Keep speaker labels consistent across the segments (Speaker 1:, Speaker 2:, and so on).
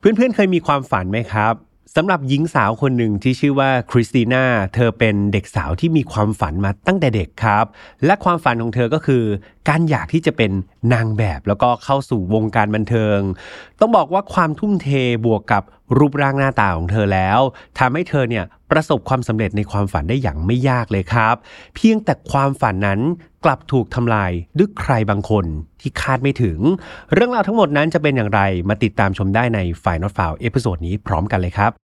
Speaker 1: เพื่อนๆเคยมีความฝันไหมครับสำหรับหญิงสาวคนหนึ่งที่ชื่อว่าคริสติน่าเธอเป็นเด็กสาวที่มีความฝันมาตั้งแต่เด็กครับและความฝันของเธอก็คือการอยากที่จะเป็นนางแบบแล้วก็เข้าสู่วงการบันเทิงต้องบอกว่าความทุ่มเทบวกกับรูปร่างหน้าตาของเธอแล้วทำให้เธอเนี่ยประสบความสำเร็จในความฝันได้อย่างไม่ยากเลยครับเพียงแต่ความฝันนั้นกลับถูกทำลายด้วยใครบางคนที่คาดไม่ถึงเรื่องราวทั้งหมดนั้นจะเป็นอย่างไรมาติดตามชมได้ใน File Not Found เอพิโซดนี้พร้อมกันเลยครับ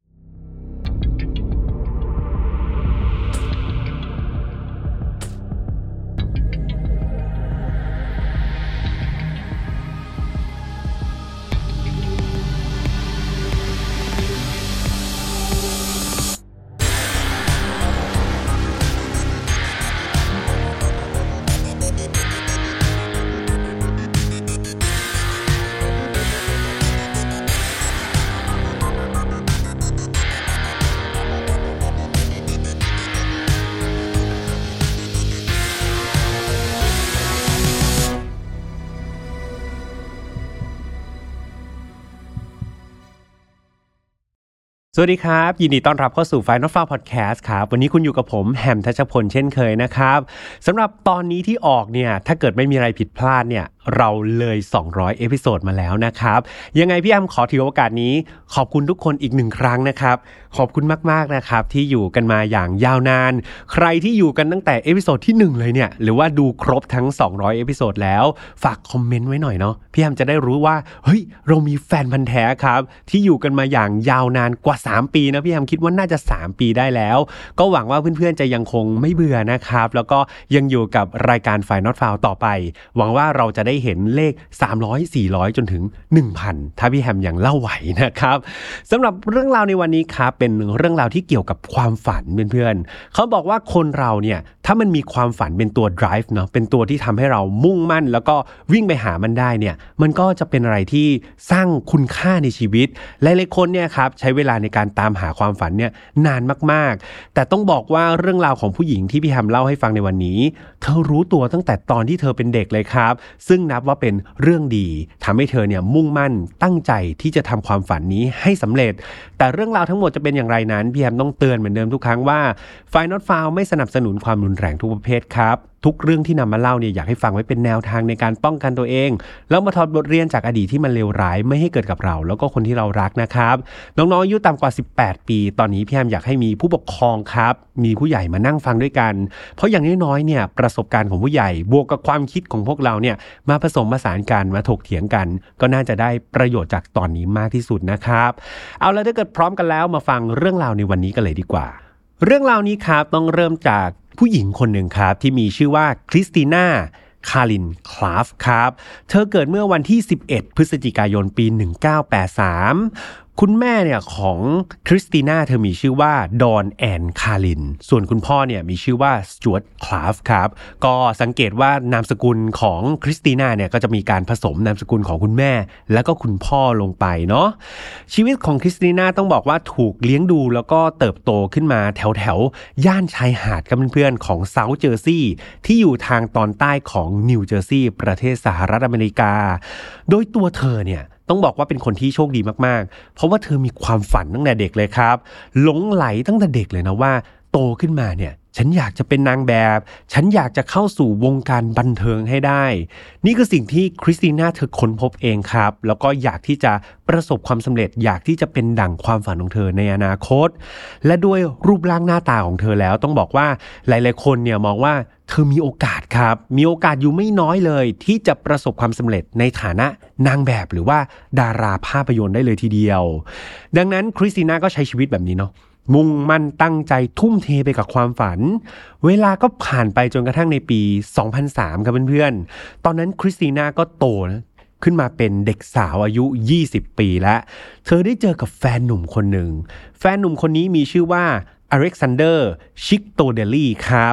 Speaker 1: สวัสดีครับยินดีต้อนรับเข้าสู่ File Not Found Podcast ครับวันนี้คุณอยู่กับผมแฮมทัชพลเช่นเคยนะครับสำหรับตอนนี้ที่ออกเนี่ยถ้าเกิดไม่มีอะไรผิดพลาดเนี่ยเราเลย200เอพิโซดมาแล้วนะครับยังไงพี่แอมขอถือโอกาสนี้ขอบคุณทุกคนอีก1ครั้งนะครับขอบคุณมากๆนะครับที่อยู่กันมาอย่างยาวนานใครที่อยู่กันตั้งแต่เอพิโซดที่1เลยเนี่ยหรือว่าดูครบทั้ง200เอพิโซดแล้วฝากคอมเมนต์ไว้หน่อยเนาะพี่แอมจะได้รู้ว่าเฮ้ยเรามีแฟนพันธุ์แท้ครับที่อยู่กันมาอย่างยาวนานกว่า3ปีนะพี่แอมคิดว่าน่าจะ3ปีได้แล้วก็หวังว่าเพื่อนๆจะยังคงไม่เบื่อนะครับแล้วก็ยังอยู่กับรายการ File Not Found ต่อไปหวังว่าเราจะได้เห็นเลข300 400จนถึง 1,000 ถ้าพี่แฮมยังเล่าไหวนะครับสำหรับเรื่องราวในวันนี้ครับเป็นเรื่องราวที่เกี่ยวกับความฝันเพื่อนๆเขาบอกว่าคนเราเนี่ยถ้ามันมีความฝันเป็นตัว drive เนาะเป็นตัวที่ทำให้เรามุ่งมั่นแล้วก็วิ่งไปหามันได้เนี่ยมันก็จะเป็นอะไรที่สร้างคุณค่าในชีวิตหลายๆคนเนี่ยครับใช้เวลาในการตามหาความฝันเนี่ยนานมากๆแต่ต้องบอกว่าเรื่องราวของผู้หญิงที่พี่แฮมเล่าให้ฟังในวันนี้เธอรู้ตัวตั้งแต่ตอนที่เธอเป็นเด็กเลยครับซึ่งนับว่าเป็นเรื่องดีทำให้เธอเนี่ยมุ่งมั่นตั้งใจที่จะทำความฝันนี้ให้สำเร็จแต่เรื่องราวทั้งหมดจะเป็นอย่างไรนั้นพี่แฮมต้องเตือนเหมือนเดิมทุกครั้งว่า File Not Found ไม่สนับสนุนความรุนแรงทุกประเภทครับทุกเรื่องที่นำมาเล่าเนี่ยอยากให้ฟังไว้เป็นแนวทางในการป้องกันตัวเองแล้วมาถอดบทเรียนจากอดีตที่มันเลวร้ายไม่ให้เกิดกับเราแล้วก็คนที่เรารักนะครับน้องๆอายุต่ำกว่า18ปีตอนนี้พี่แฮมอยากให้มีผู้ปกครองครับมีผู้ใหญ่มานั่งฟังด้วยกันเพราะอย่างน้อยๆเนี่ยประสบการณ์ของผู้ใหญ่บวกกับความคิดของพวกเราเนี่ยมาผสมผสานกันมาถกเถียงกันก็น่าจะได้ประโยชน์จากตอนนี้มากที่สุดนะครับเอาล่ะถ้าเกิดพร้อมกันแล้วมาฟังเรื่องราวในวันนี้กันเลยดีกว่าเรื่องราวนี้ครับต้องเริ่มจากผู้หญิงคนหนึ่งครับที่มีชื่อว่าคริสติน่าคารินคลาฟครับเธอเกิดเมื่อวันที่11พฤศจิกายนปี1983คุณแม่เนี่ยของคริสติน่าเธอมีชื่อว่าดอนแอนคารินส่วนคุณพ่อเนี่ยมีชื่อว่าสจ๊วตคลาฟครับก็สังเกตว่านามสกุลของคริสติน่าเนี่ยก็จะมีการผสมนามสกุลของคุณแม่แล้วก็คุณพ่อลงไปเนาะชีวิตของคริสติน่าต้องบอกว่าถูกเลี้ยงดูแล้วก็เติบโตขึ้นมาแถวย่านชายหาดกับเพื่อนๆของเซาท์เจอร์ซีย์ที่อยู่ทางตอนใต้ของนิวเจอร์ซีย์ประเทศสหรัฐอเมริกาโดยตัวเธอเนี่ยต้องบอกว่าเป็นคนที่โชคดีมากๆเพราะว่าเธอมีความฝันตั้งแต่เด็กเลยครับหลงไหลตั้งแต่เด็กเลยนะว่าโตขึ้นมาเนี่ยฉันอยากจะเป็นนางแบบฉันอยากจะเข้าสู่วงการบันเทิงให้ได้นี่คือสิ่งที่คริสติน่าเธอค้นพบเองครับแล้วก็อยากที่จะประสบความสำเร็จอยากที่จะเป็นดั่งความฝันของเธอในอนาคตและด้วยรูปร่างหน้าตาของเธอแล้วต้องบอกว่าหลายๆคนเนี่ยมองว่าเธอมีโอกาสครับมีโอกาสอยู่ไม่น้อยเลยที่จะประสบความสำเร็จในฐานะนางแบบหรือว่าดาราภาพยนตร์ได้เลยทีเดียวดังนั้นคริสติน่าก็ใช้ชีวิตแบบนี้เนาะมุ่งมั่นตั้งใจทุ่มเทไปกับความฝันเวลาก็ผ่านไปจนกระทั่งในปี2003ครับเพื่อนๆตอนนั้นคริสติน่าก็โตนะขึ้นมาเป็นเด็กสาวอายุ20ปีแล้วเธอได้เจอกับแฟนหนุ่มคนหนึ่งแฟนหนุ่มคนนี้มีชื่อว่าอเล็กซานเดอร์ชิกโตเดลี่ครับ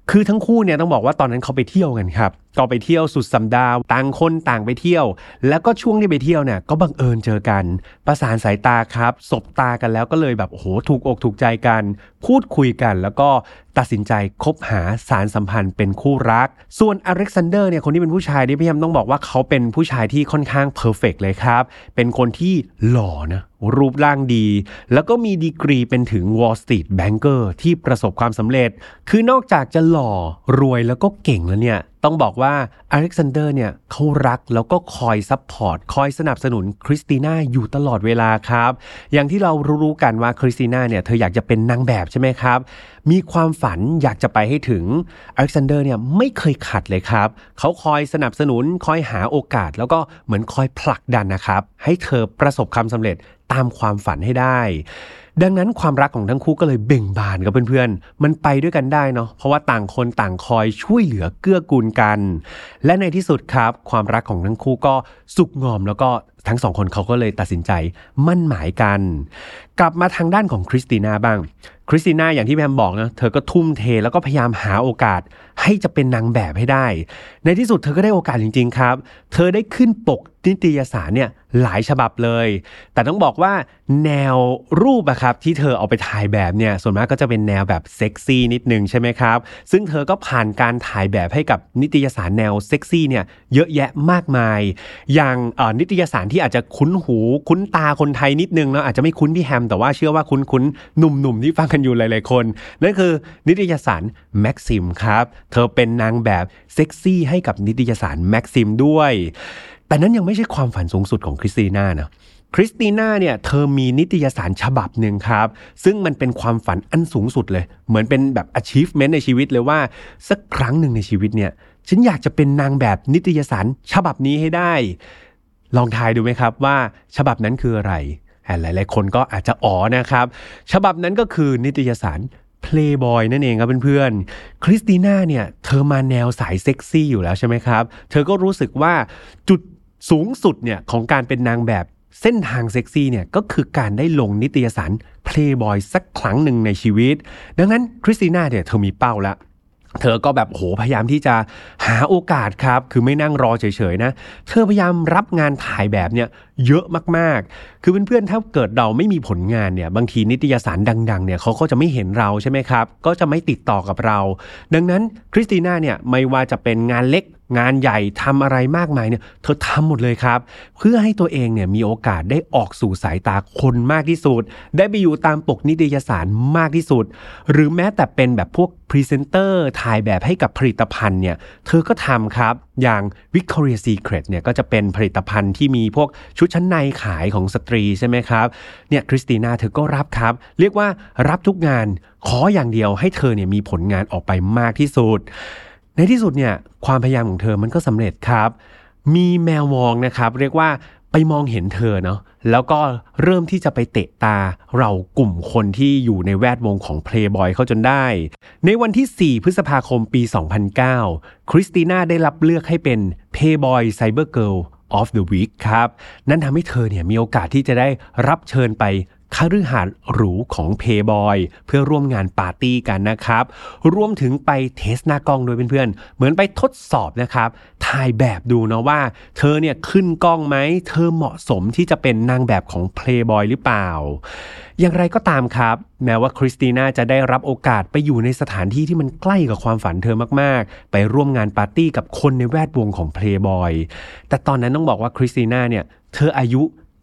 Speaker 1: คือทั้งคู่เนี่ยต้องบอกว่าตอนนั้นเขาไปเที่ยวกันครับก็ไปเที่ยวสุดสัปดาห์ต่างคนต่างไปเที่ยวแล้วก็ช่วงที่ไปเที่ยวเนี่ยก็บังเอิญเจอกันประสานสายตาครับสบตากันแล้วก็เลยแบบโอ้โหถูกอกถูกใจกันพูดคุยกันแล้วก็ตัดสินใจคบหาสารสัมพันธ์เป็นคู่รักส่วนอเล็กซานเดอร์เนี่ยคนที่เป็นผู้ชายที่พี่แฮมต้องบอกว่าเขาเป็นผู้ชายที่ค่อนข้างเพอร์เฟกต์เลยครับเป็นคนที่หล่อนะรูปร่างดีแล้วก็มีดีกรีเป็นถึง Wall Street Banker ที่ประสบความสำเร็จคือนอกจากจะหล่อรวยแล้วก็เก่งแล้วเนี่ยต้องบอกว่าอเล็กซานเดอร์เนี่ยเขารักแล้วก็คอยซัพพอร์ตคอยสนับสนุนคริสติน่าอยู่ตลอดเวลาครับอย่างที่เรารู้กันว่าคริสติน่าเนี่ยเธออยากจะเป็นนางแบบใช่ไหมครับมีความฝันอยากจะไปให้ถึงอเล็กซานเดอร์เนี่ยไม่เคยขัดเลยครับเขาคอยสนับสนุนคอยหาโอกาสแล้วก็เหมือนคอยผลักดันนะครับให้เธอประสบความสำเร็จตามความฝันให้ได้ดังนั้นความรักของทั้งคู่ก็เลยเบ่งบานกับเพื่อนๆมันไปด้วยกันได้เนาะเพราะว่าต่างคนต่างคอยช่วยเหลือเกื้อกูลกันและในที่สุดครับความรักของทั้งคู่ก็สุกงอมแล้วก็ทั้งสองคนเขาก็เลยตัดสินใจมั่นหมายกันกลับมาทางด้านของคริสติน่าบ้างคริสติน่าอย่างที่แพมบอกนะเธอก็ทุ่มเทแล้วก็พยายามหาโอกาสให้จะเป็นนางแบบให้ได้ในที่สุดเธอก็ได้โอกาสจริงๆครับเธอได้ขึ้นปกนิตยสารเนี่ยหลายฉบับเลยแต่ต้องบอกว่าแนวรูปอะครับที่เธอเอาไปถ่ายแบบเนี่ยส่วนมากก็จะเป็นแนวแบบเซ็กซี่นิดนึงใช่ไหมครับซึ่งเธอก็ผ่านการถ่ายแบบให้กับนิตยสารแนวเซ็กซี่เนี่ยเยอะแยะมากมายอย่างนิตยสารที่อาจจะคุ้นหูคุ้นตาคนไทยนิดนึงเนาะอาจจะไม่คุ้นพี่แฮมแต่ว่าเชื่อว่าคุ้นหนุ่มๆที่ฟังกันอยู่หลายๆคนนั่นคือนิตยสารแม็กซิมครับเธอเป็นนางแบบเซ็กซี่ให้กับนิตยสารแม็กซิมด้วยแต่นั้นยังไม่ใช่ความฝันสูงสุดของคริสติน่านะคริสติน่าเนี่ยเธอมีนิตยสารฉบับหนึ่งครับซึ่งมันเป็นความฝันอันสูงสุดเลยเหมือนเป็นแบบ achievement ในชีวิตเลยว่าสักครั้งหนึ่งในชีวิตเนี่ยฉันอยากจะเป็นนางแบบนิตยสารฉบับนี้ให้ได้ลองทายดูไหมครับว่าฉบับนั้นคืออะไรหลายๆคนก็อาจจะอ๋อนะครับฉบับนั้นก็คือนิตยสาร Playboy นั่นเองครับเพื่อนๆคริสติน่าเนี่ยเธอมาแนวสายเซ็กซี่อยู่แล้วใช่ไหมครับเธอก็รู้สึกว่าจุดสูงสุดเนี่ยของการเป็นนางแบบเส้นทางเซ็กซี่เนี่ยก็คือการได้ลงนิตยสาร Playboy สักครั้งหนึ่งในชีวิตดังนั้นคริสติน่าเนี่ยเธอมีเป้าแล้วเธอก็แบบพยายามที่จะหาโอกาสครับคือไม่นั่งรอเฉยๆนะเธอพยายามรับงานถ่ายแบบเนี่ยเยอะมากๆคือเพื่อนๆถ้าเกิดเราไม่มีผลงานเนี่ยบางทีนิตยสารดังๆเนี่ยเขาก็จะไม่เห็นเราใช่ไหมครับก็จะไม่ติดต่อกับเราดังนั้นคริสติน่าเนี่ยไม่ว่าจะเป็นงานเล็กงานใหญ่ทำอะไรมากมายเนี่ยเธอทำหมดเลยครับเพื่อให้ตัวเองเนี่ยมีโอกาสได้ออกสู่สายตาคนมากที่สุดได้ไปอยู่ตามปกนิตยสารมากที่สุดหรือแม้แต่เป็นแบบพวกพรีเซนเตอร์ถ่ายแบบให้กับผลิตภัณฑ์เนี่ยเธอก็ทำครับอย่าง Victoria's Secret เนี่ยก็จะเป็นผลิตภัณฑ์ที่มีพวกชุดชั้นในขายของสตรีใช่ไหมครับเนี่ยคริสติน่าเธอก็รับครับเรียกว่ารับทุกงานขออย่างเดียวให้เธอเนี่ยมีผลงานออกไปมากที่สุดในที่สุดเนี่ยความพยายามของเธอมันก็สำเร็จครับมีแมวมองนะครับเรียกว่าไปมองเห็นเธอเนาะแล้วก็เริ่มที่จะไปเตะตาเรากลุ่มคนที่อยู่ในแวดวงของ Playboy เข้าจนได้ในวันที่4พฤษภาคมปี2009คริสติน่าได้รับเลือกให้เป็น Playboy Cyber Girl of the Week ครับนั่นทำให้เธอเนี่ยมีโอกาสที่จะได้รับเชิญไปคฤหาสน์หรูของ Playboy เพื่อร่วมงานปาร์ตี้กันนะครับรวมถึงไปเทสหน้ากล้องด้วยเพื่อนๆเหมือนไปทดสอบนะครับถ่ายแบบดูนะว่าเธอเนี่ยขึ้นกล้องไหมเธอเหมาะสมที่จะเป็นนางแบบของ Playboy หรือเปล่าอย่างไรก็ตามครับแม้ว่าคริสติน่าจะได้รับโอกาสไปอยู่ในสถานที่ที่มันใกล้กับความฝันเธอมากๆไปร่วมงานปาร์ตี้กับคนในแวดวงของ Playboy แต่ตอนนั้นต้องบอกว่าคริสติน่าเนี่ยเธออายุ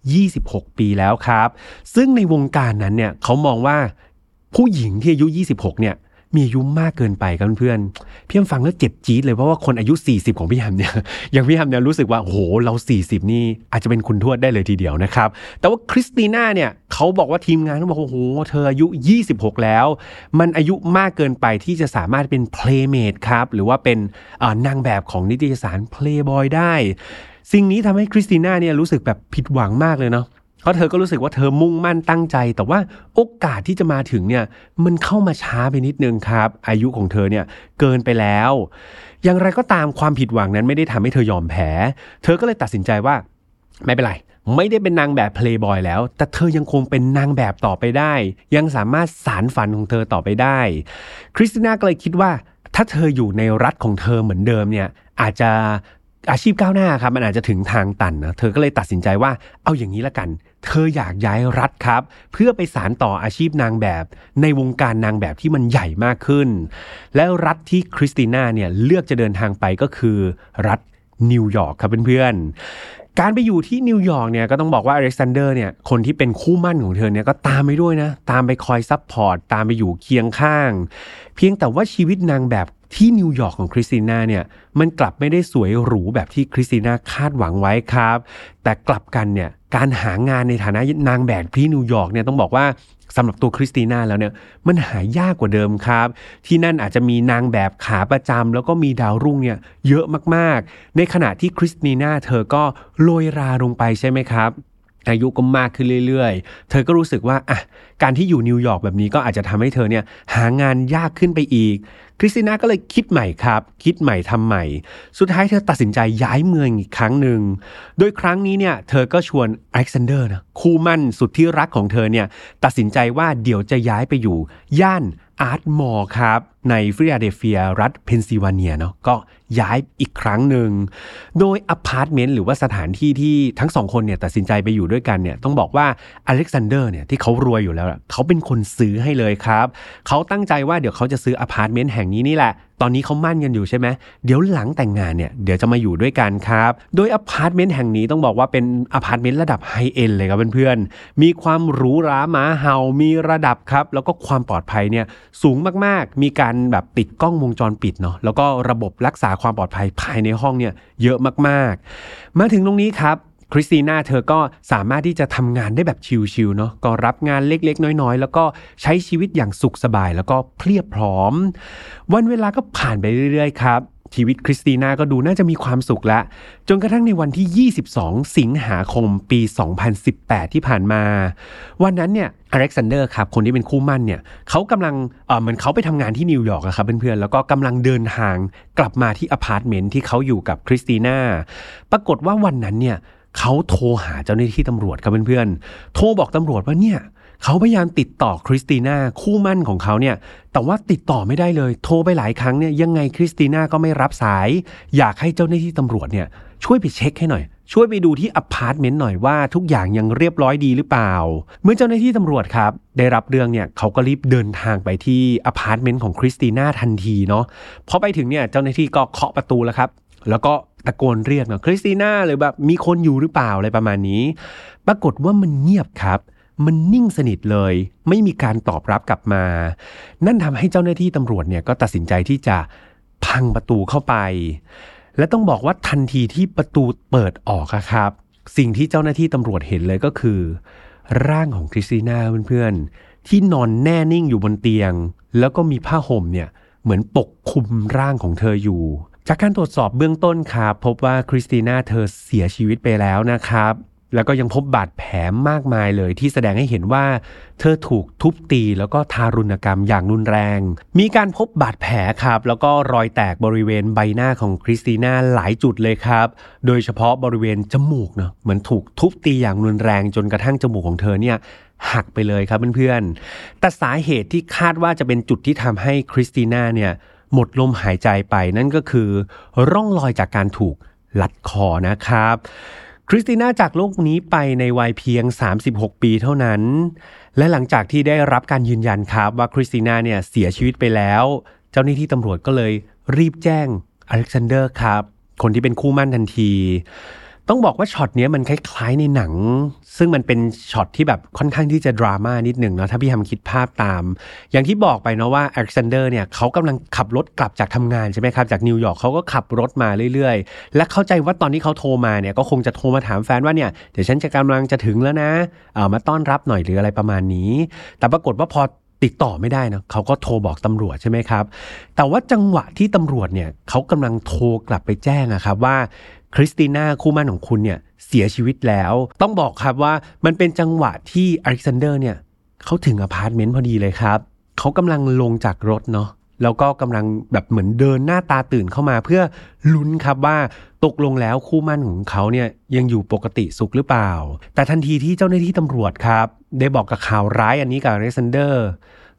Speaker 1: 26 ปีแล้วครับซึ่งในวงการนั้นเนี่ยเขามองว่าผู้หญิงที่อายุ26เนี่ยมีอายุมากเกินไปครับเพื่อนพี่แฮมฟังแล้วเจ็บจี๊ดเลยเพราะว่าคนอายุ40ของพี่แฮมเนี่ยอย่างพี่แฮมเนี่ยรู้สึกว่าโอ้โหเรา40นี่อาจจะเป็นคุณทวดได้เลยทีเดียวนะครับแต่ว่าคริสติน่าเนี่ยเขาบอกว่าทีมงานเขาบอกโอ้โหเธออายุ26แล้วมันอายุมากเกินไปที่จะสามารถเป็น Playmate ครับหรือว่าเป็นนางแบบของนิตยสาร Playboy ได้สิ่งนี้ทำให้คริสติน่าเนี่ยรู้สึกแบบผิดหวังมากเลยเนาะเพราะเธอก็รู้สึกว่าเธอมุ่งมั่นตั้งใจแต่ว่าโอกาสที่จะมาถึงเนี่ยมันเข้ามาช้าไปนิดนึงครับอายุของเธอเนี่ยเกินไปแล้วอย่างไรก็ตามความผิดหวังนั้นไม่ได้ทำให้เธอยอมแพ้เธอก็เลยตัดสินใจว่าไม่เป็นไรไม่ได้เป็นนางแบบ Playboy แล้วแต่เธอยังคงเป็นนางแบบต่อไปได้ยังสามารถสานฝันของเธอต่อไปได้คริสติน่าก็เลยคิดว่าถ้าเธออยู่ในรัฐของเธอเหมือนเดิมเนี่ยอาจจะอาชีพก้าวหน้าครับมันอาจจะถึงทางตันนะเธอก็เลยตัดสินใจว่าเอาอย่างนี้ละกันเธออยากย้ายรัฐครับเพื่อไปสานต่ออาชีพนางแบบในวงการนางแบบที่มันใหญ่มากขึ้นและรัฐที่คริสติน่าเนี่ยเลือกจะเดินทางไปก็คือรัฐนิวยอร์กครับเพื่อนๆการไปอยู่ที่นิวยอร์กเนี่ยก็ต้องบอกว่าอเล็กซานเดอร์เนี่ยคนที่เป็นคู่หมั่นของเธอเนี่ยก็ตามไปด้วยนะตามไปคอยซัพพอร์ตตามไปอยู่เคียงข้างเพียงแต่ว่าชีวิตนางแบบที่นิวยอร์กของคริสติน่าเนี่ยมันกลับไม่ได้สวยหรูแบบที่คริสติน่าคาดหวังไว้ครับแต่กลับกันเนี่ยการหางานในฐานะนางแบบที่นิวยอร์กเนี่ยต้องบอกว่าสำหรับตัวคริสติน่าแล้วเนี่ยมันหายากกว่าเดิมครับที่นั่นอาจจะมีนางแบบขาประจำแล้วก็มีดาวรุ่งเนี่ยเยอะมากๆในขณะที่คริสติน่าเธอก็โรยราลงไปใช่ไหมครับอายุก็มากขึ้นเรื่อยๆเธอก็รู้สึกว่าการที่อยู่นิวยอร์กแบบนี้ก็อาจจะทำให้เธอเนี่ยหางานยากขึ้นไปอีกคริสติน่าก็เลยคิดใหม่ครับคิดใหม่ทำใหม่สุดท้ายเธอตัดสินใจย้ายเมืองอีกครั้งหนึ่งโดยครั้งนี้เนี่ยเธอก็ชวนอเล็กซานเดอร์นะคู่มั่นสุดที่รักของเธอเนี่ยตัดสินใจว่าเดี๋ยวจะย้ายไปอยู่ย่านอาร์ตมอลล์ครับในฟิลาเดลเฟียรัฐเพนซิลเวเนียเนาะก็ย้ายอีกครั้งหนึ่งโดยอพาร์ตเมนต์หรือว่าสถานที่ที่ทั้งสองคนเนี่ยตัดสินใจไปอยู่ด้วยกันเนี่ยต้องบอกว่าอเล็กซานเดอร์เนี่ยที่เขารวยอยู่แล้วเขาเป็นคนซื้อให้เลยครับเขาตั้งใจว่าเดี๋ยวเขาจะซื้ออพาร์ตเมนต์แห่งนี้นี่แหละตอนนี้เขามั่นกันอยู่ใช่ไหมเดี๋ยวหลังแต่งงานเนี่ยเดี๋ยวจะมาอยู่ด้วยกันครับโดยอพาร์ตเมนต์แห่งนี้ต้องบอกว่าเป็นอพาร์ตเมนต์ระดับไฮเอ็นด์เลยครับเพื่อนๆมีความหรูหราหมาเห่ามีระดับครับแล้วก็ความปลอดภัยเนี่ยสูงมากๆมีการแบบติดกล้องวงจรปิดเนาะแล้วก็ระบบรักษาความปลอดภัยภายในห้องเนี่ยเยอะมากๆมาถึงตรงนี้ครับคริสติน่าเธอก็สามารถที่จะทำงานได้แบบชิลๆเนาะก็รับงานเล็กๆน้อยๆแล้วก็ใช้ชีวิตอย่างสุขสบายแล้วก็เพรียบพร้อมวันเวลาก็ผ่านไปเรื่อยๆครับชีวิตคริสติน่าก็ดูน่าจะมีความสุขแล้วจนกระทั่งในวันที่22สิงหาคมปี2018ที่ผ่านมาวันนั้นเนี่ยอเล็กซานเดอร์ครับคนที่เป็นคู่มั่นเนี่ยเขากำลังเหมือนเขาไปทำงานที่นิวยอร์กครับเพื่อนๆแล้วก็กำลังเดินทางกลับมาที่อพาร์ตเมนต์ที่เขาอยู่กับคริสติน่าปรากฏว่าวันนั้นเนี่ยเขาโทรหาเจ้าหน้าที่ตำรวจครับเพื่อนๆโทรบอกตำรวจว่าเนี่ยเขาพยายามติดต่อคริสติน่าคู่มั่นของเขาเนี่ยแต่ว่าติดต่อไม่ได้เลยโทรไปหลายครั้งเนี่ยยังไงคริสติน่าก็ไม่รับสายอยากให้เจ้าหน้าที่ตำรวจเนี่ยช่วยไปเช็คให้หน่อยช่วยไปดูที่อพาร์ตเมนต์หน่อยว่าทุกอย่างยังเรียบร้อยดีหรือเปล่าเมื่อเจ้าหน้าที่ตำรวจครับได้รับเรื่องเนี่ยเขาก็รีบเดินทางไปที่อพาร์ตเมนต์ของคริสติน่าทันทีเนาะพอไปถึงเนี่ยเจ้าหน้าที่ก็เคาะประตูแล้วครับแล้วก็ตะโกนเรียกนะคริสติน่าหรือแบบมีคนอยู่หรือเปล่าอะไรประมาณนี้ปรากฏว่ามันเงียบครับมันนิ่งสนิทเลยไม่มีการตอบรับกลับมานั่นทำให้เจ้าหน้าที่ตำรวจเนี่ยก็ตัดสินใจที่จะพังประตูเข้าไปและต้องบอกว่าทันทีที่ประตูเปิดออกครับสิ่งที่เจ้าหน้าที่ตำรวจเห็นเลยก็คือร่างของคริสติน่าเพื่อนๆที่นอนแน่นิ่งอยู่บนเตียงแล้วก็มีผ้าห่มเนี่ยเหมือนปกคลุมร่างของเธออยู่จากการตรวจสอบเบื้องต้นครับพบว่าคริสติน่าเธอเสียชีวิตไปแล้วนะครับแล้วก็ยังพบบาดแผลมากมายเลยที่แสดงให้เห็นว่าเธอถูกทุบตีแล้วก็ทารุณกรรมอย่างรุนแรงมีการพบบาดแผลครับแล้วก็รอยแตกบริเวณใบหน้าของคริสติน่าหลายจุดเลยครับโดยเฉพาะบริเวณจมูกเนาะเหมือนถูกทุบตีอย่างรุนแรงจนกระทั่งจมูกของเธอเนี่ยหักไปเลยครับเพื่อนๆแต่สาเหตุที่คาดว่าจะเป็นจุดที่ทำให้คริสติน่าเนี่ยหมดลมหายใจไปนั่นก็คือร่องรอยจากการถูกลัดคอนะครับคริสติน่าจากโลกนี้ไปในวัยเพียง36ปีเท่านั้นและหลังจากที่ได้รับการยืนยันครับว่าคริสติน่าเนี่ยเสียชีวิตไปแล้วเจ้าหน้าที่ตำรวจก็เลยรีบแจ้งอเล็กซานเดอร์ครับคนที่เป็นคู่มั่นทันทีต้องบอกว่าช็อตนี้มันคล้ายๆในหนังซึ่งมันเป็นช็อตที่แบบค่อนข้างที่จะดราม่านิดหนึ่งเนาะถ้าพี่ทำคิดภาพตามอย่างที่บอกไปเนาะว่าอเล็กซานเดอร์เนี่ยเขากำลังขับรถกลับจากทำงานใช่ไหมครับจากนิวยอร์กเขาก็ขับรถมาเรื่อยๆและเข้าใจว่าตอนที่เขาโทรมาเนี่ยก็คงจะโทรมาถามแฟนว่าเนี่ยเดี๋ยวฉันจะกำลังจะถึงแล้วนะมาต้อนรับหน่อยหรืออะไรประมาณนี้แต่ปรากฏว่าพอติดต่อไม่ได้นะเขาก็โทรบอกตำรวจใช่ไหมครับแต่ว่าจังหวะที่ตำรวจเนี่ยเขากำลังโทรกลับไปแจ้งครับว่าคริสติน่าคู่มั่นของคุณเนี่ยเสียชีวิตแล้วต้องบอกครับว่ามันเป็นจังหวะที่อเล็กซานเดอร์เนี่ยเขาถึงอพาร์ตเมนต์พอดีเลยครับเขากำลังลงจากรถเนาะแล้วก็กำลังแบบเหมือนเดินหน้าตาตื่นเข้ามาเพื่อลุ้นครับว่าตกลงแล้วคู่มั่นของเขาเนี่ยยังอยู่ปกติสุขหรือเปล่าแต่ทันทีที่เจ้าหน้าที่ตำรวจครับได้บอกกับข่าวร้ายอันนี้กับอเล็กซานเดอร์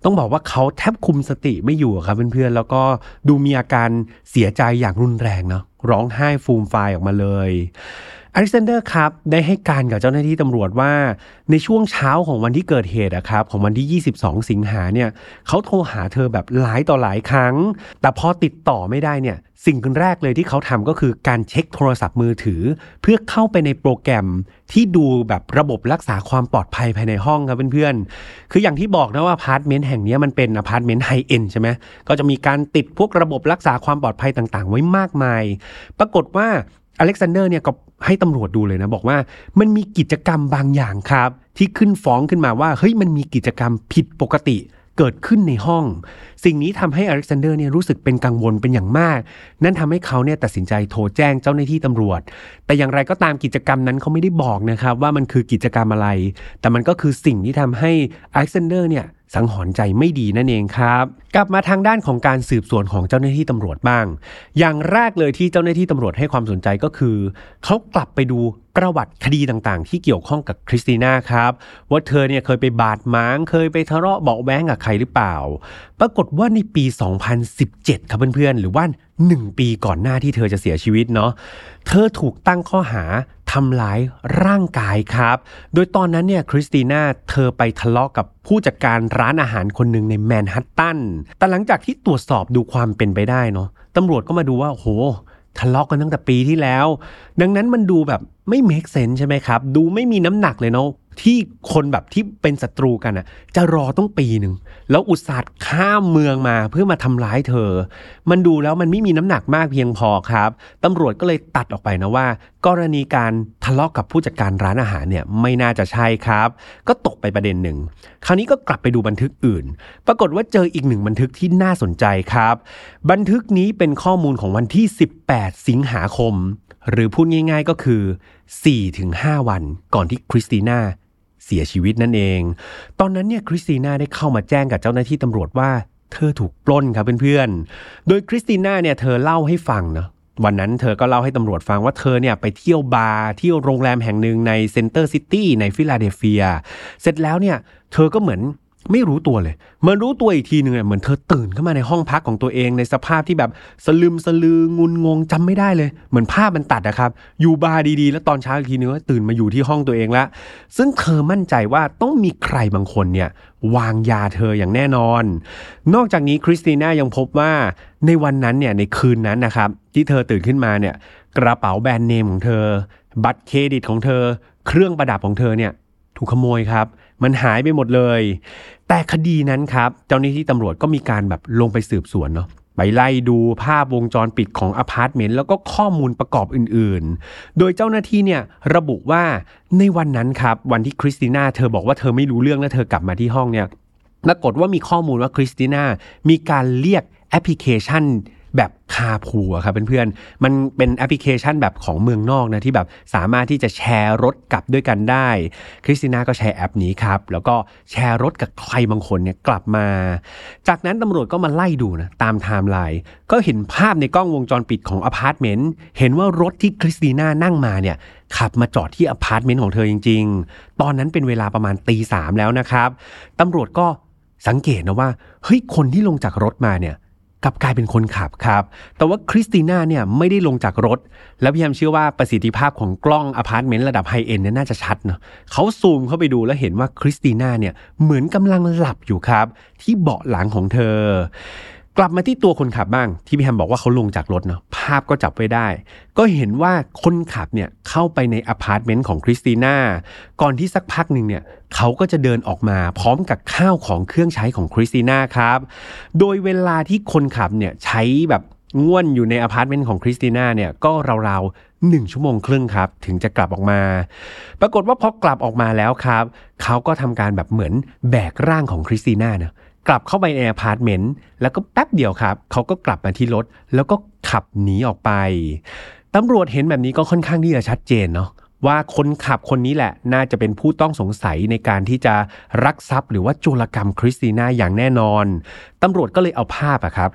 Speaker 1: ต้องบอกว่าเขาแทบคุมสติไม่อยู่ครับเพื่อนๆแล้วก็ดูมีอาการเสียใจอย่างรุนแรงเนาะร้องไห้ฟูมฟายออกมาเลยอเล็กซานเดอร์ครับได้ให้การกับเจ้าหน้าที่ตำรวจว่าในช่วงเช้าของวันที่เกิดเหตุครับของวันที่22สิงหาเนี่ยเขาโทรหาเธอแบบหลายต่อหลายครั้งแต่พอติดต่อไม่ได้เนี่ยสิ่งแรกเลยที่เขาทำก็คือการเช็คโทรศัพท์มือถือเพื่อเข้าไปในโปรแกรมที่ดูแบบระบบรักษาความปลอดภัยภายในห้องครับเพื่อนๆคืออย่างที่บอกนะว่าอพาร์ตเมนต์แห่งนี้มันเป็นอพาร์ตเมนต์ไฮเอ็นด์ใช่ไหมก็จะมีการติดพวกระบบรักษาความปลอดภัยต่างๆไว้มากมายปรากฏว่าอเล็กซานเดอร์เนี่ยก็ให้ตำรวจดูเลยนะบอกว่ามันมีกิจกรรมบางอย่างครับที่ขึ้นฟ้องขึ้นมาว่าเฮ้ยมันมีกิจกรรมผิดปกติเกิดขึ้นในห้องสิ่งนี้ทำให้อเล็กซานเดอร์เนี่ยรู้สึกเป็นกังวลเป็นอย่างมากนั่นทำให้เขาเนี่ยตัดสินใจโทรแจ้งเจ้าหน้าที่ตำรวจแต่อย่างไรก็ตามกิจกรรมนั้นเขาไม่ได้บอกนะครับว่ามันคือกิจกรรมอะไรแต่มันก็คือสิ่งที่ทำให้อเล็กซานเดอร์เนี่ยสังหรณ์ใจไม่ดีนั่นเองครับกลับมาทางด้านของการสืบสวนของเจ้าหน้าที่ตำรวจบ้างอย่างแรกเลยที่เจ้าหน้าที่ตำรวจให้ความสนใจก็คือเขากลับไปดูประวัติคดีต่างๆที่เกี่ยวข้องกับคริสติน่าครับว่าเธอเนี่ยเคยไปบาดหมางเคยไปทะเลาะเบาะแว้งกับใครหรือเปล่าปรากฏว่าในปี 2017 ครับเพื่อนๆหรือว่า1 ปีก่อนหน้าที่เธอจะเสียชีวิตเนาะเธอถูกตั้งข้อหาทำร้ายร่างกายครับโดยตอนนั้นเนี่ยคริสติน่าเธอไปทะเลาะกับผู้จัดการร้านอาหารคนหนึ่งในแมนฮัตตันแต่หลังจากที่ตรวจสอบดูความเป็นไปได้เนาะตำรวจก็มาดูว่าโหทะเลาะกันตั้งแต่ปีที่แล้วดังนั้นมันดูแบบไม่เมคเซนส์ใช่ไหมครับดูไม่มีน้ำหนักเลยเนาะที่คนแบบที่เป็นศัตรูกันอ่ะจะรอต้องปีนึงแล้วอุตส่าห์ข้ามเมืองมาเพื่อมาทำร้ายเธอมันดูแล้วมันไม่มีน้ำหนักมากเพียงพอครับตำรวจก็เลยตัดออกไปนะว่ากรณีการทะเลาะกับผู้จัดการร้านอาหารเนี่ยไม่น่าจะใช่ครับก็ตกไปประเด็นหนึ่งคราวนี้ก็กลับไปดูบันทึกอื่นปรากฏว่าเจออีก1บันทึกที่น่าสนใจครับบันทึกนี้เป็นข้อมูลของวันที่18สิงหาคมหรือพูดง่ายๆก็คือ 4-5 วันก่อนที่คริสติน่าเสียชีวิตนั่นเองตอนนั้นเนี่ยคริสติน่าได้เข้ามาแจ้งกับเจ้าหน้าที่ตำรวจว่าเธอถูกปล้นครับเพื่อนๆโดยคริสติน่าเนี่ยเธอเล่าให้ฟังนะวันนั้นเธอก็เล่าให้ตำรวจฟังว่าเธอเนี่ยไปเที่ยวบาร์เที่ยวโรงแรมแห่งหนึ่งในเซ็นเตอร์ซิตี้ในฟิลาเดลเฟียเสร็จแล้วเนี่ยเธอก็เหมือนไม่รู้ตัวเลยมารู้ตัวอีกทีนึงเหมือนเธอตื่นเข้ามาในห้องพักของตัวเองในสภาพที่แบบสลึมสลืองุนงงจำไม่ได้เลยเหมือนภาพมันตัดนะครับอยู่บาร์ดีๆแล้วตอนเช้าอีกทีนึงก็ตื่นมาอยู่ที่ห้องตัวเองละซึ่งเธอมั่นใจว่าต้องมีใครบางคนเนี่ยวางยาเธออย่างแน่นอนนอกจากนี้คริสติน่ายังพบว่าในวันนั้นเนี่ยในคืนนั้นนะครับที่เธอตื่นขึ้นมาเนี่ยกระเป๋าแบรนด์เนมของเธอบัตรเครดิตของเธอเครื่องประดับของเธอเนี่ยถูกขโมยครับมันหายไปหมดเลยแต่คดีนั้นครับเจ้าหน้าที่ตำรวจก็มีการแบบลงไปสืบสวนเนาะไปไล่ดูภาพวงจรปิดของอพาร์ตเมนต์แล้วก็ข้อมูลประกอบอื่นๆโดยเจ้าหน้าที่เนี่ยระบุว่าในวันนั้นครับวันที่คริสติน่าเธอบอกว่าเธอไม่รู้เรื่องและเธอกลับมาที่ห้องเนี่ยปรากฏว่ามีข้อมูลว่าคริสติน่ามีการเรียกแอปพลิเคชันแบบคาพูลครับเพื่อนๆมันเป็นแอปพลิเคชันแบบของเมืองนอกนะที่แบบสามารถที่จะแชร์รถกลับด้วยกันได้คริสติน่าก็แชร์แอปนี้ครับแล้วก็แชร์รถกับใครบางคนเนี่ยกลับมาจากนั้นตำรวจก็มาไล่ดูนะตามไทม์ไลน์ก็เห็นภาพในกล้องวงจรปิดของอพาร์ตเมนต์เห็นว่ารถที่คริสติน่านั่งมาเนี่ยขับมาจอดที่อพาร์ตเมนต์ของเธอจริงๆตอนนั้นเป็นเวลาประมาณ 3:00 แล้วนะครับตำรวจก็สังเกตนะว่าเฮ้ยคนที่ลงจากรถมาเนี่ยกลับกลายเป็นคนขับครับแต่ว่าคริสติน่าเนี่ยไม่ได้ลงจากรถแล้วพี่แฮมเชื่อว่าประสิทธิภาพของกล้องอพาร์ตเมนต์ระดับไฮเอ็นด์เนี่ยน่าจะชัดเนาะเขาซูมเข้าไปดูแล้วเห็นว่าคริสติน่าเนี่ยเหมือนกำลังหลับอยู่ครับที่เบาะหลังของเธอกลับมาที่ตัวคนขับบ้างที่พี่แฮมบอกว่าเขาลงจากรถเนาะภาพก็จับไว้ได้ก็เห็นว่าคนขับเนี่ยเข้าไปในอพาร์ตเมนต์ของคริสติน่าก่อนที่สักพักนึงเนี่ยเขาก็จะเดินออกมาพร้อมกับข้าวของเครื่องใช้ของคริสติน่าครับโดยเวลาที่คนขับเนี่ยใช้แบบง่วนอยู่ในอพาร์ตเมนต์ของคริสติน่าเนี่ยก็ราวๆ1 ชั่วโมงครึ่งครับถึงจะกลับออกมาปรากฏว่าพอกลับออกมาแล้วครับเขาก็ทำการแบบเหมือนแบกร่างของคริสติน่าเนี่ยกลับเข้าไปในอพาร์ตเมนต์แล้วก็แป๊บเดียวครับเขาก็กลับมาที่รถแล้วก็ขับหนีออกไปตำรวจเห็นแบบนี้ก็ค่อนข้างที่จะชัดเจนเนาะว่าคนขับคนนี้แหละน่าจะเป็นผู้ต้องสงสัยในการที่จะลักทรัพย์หรือว่าโจรกรรมคริสติน่าอย่างแน่นอนตำรวจก็เลยเอาภาพอะครับ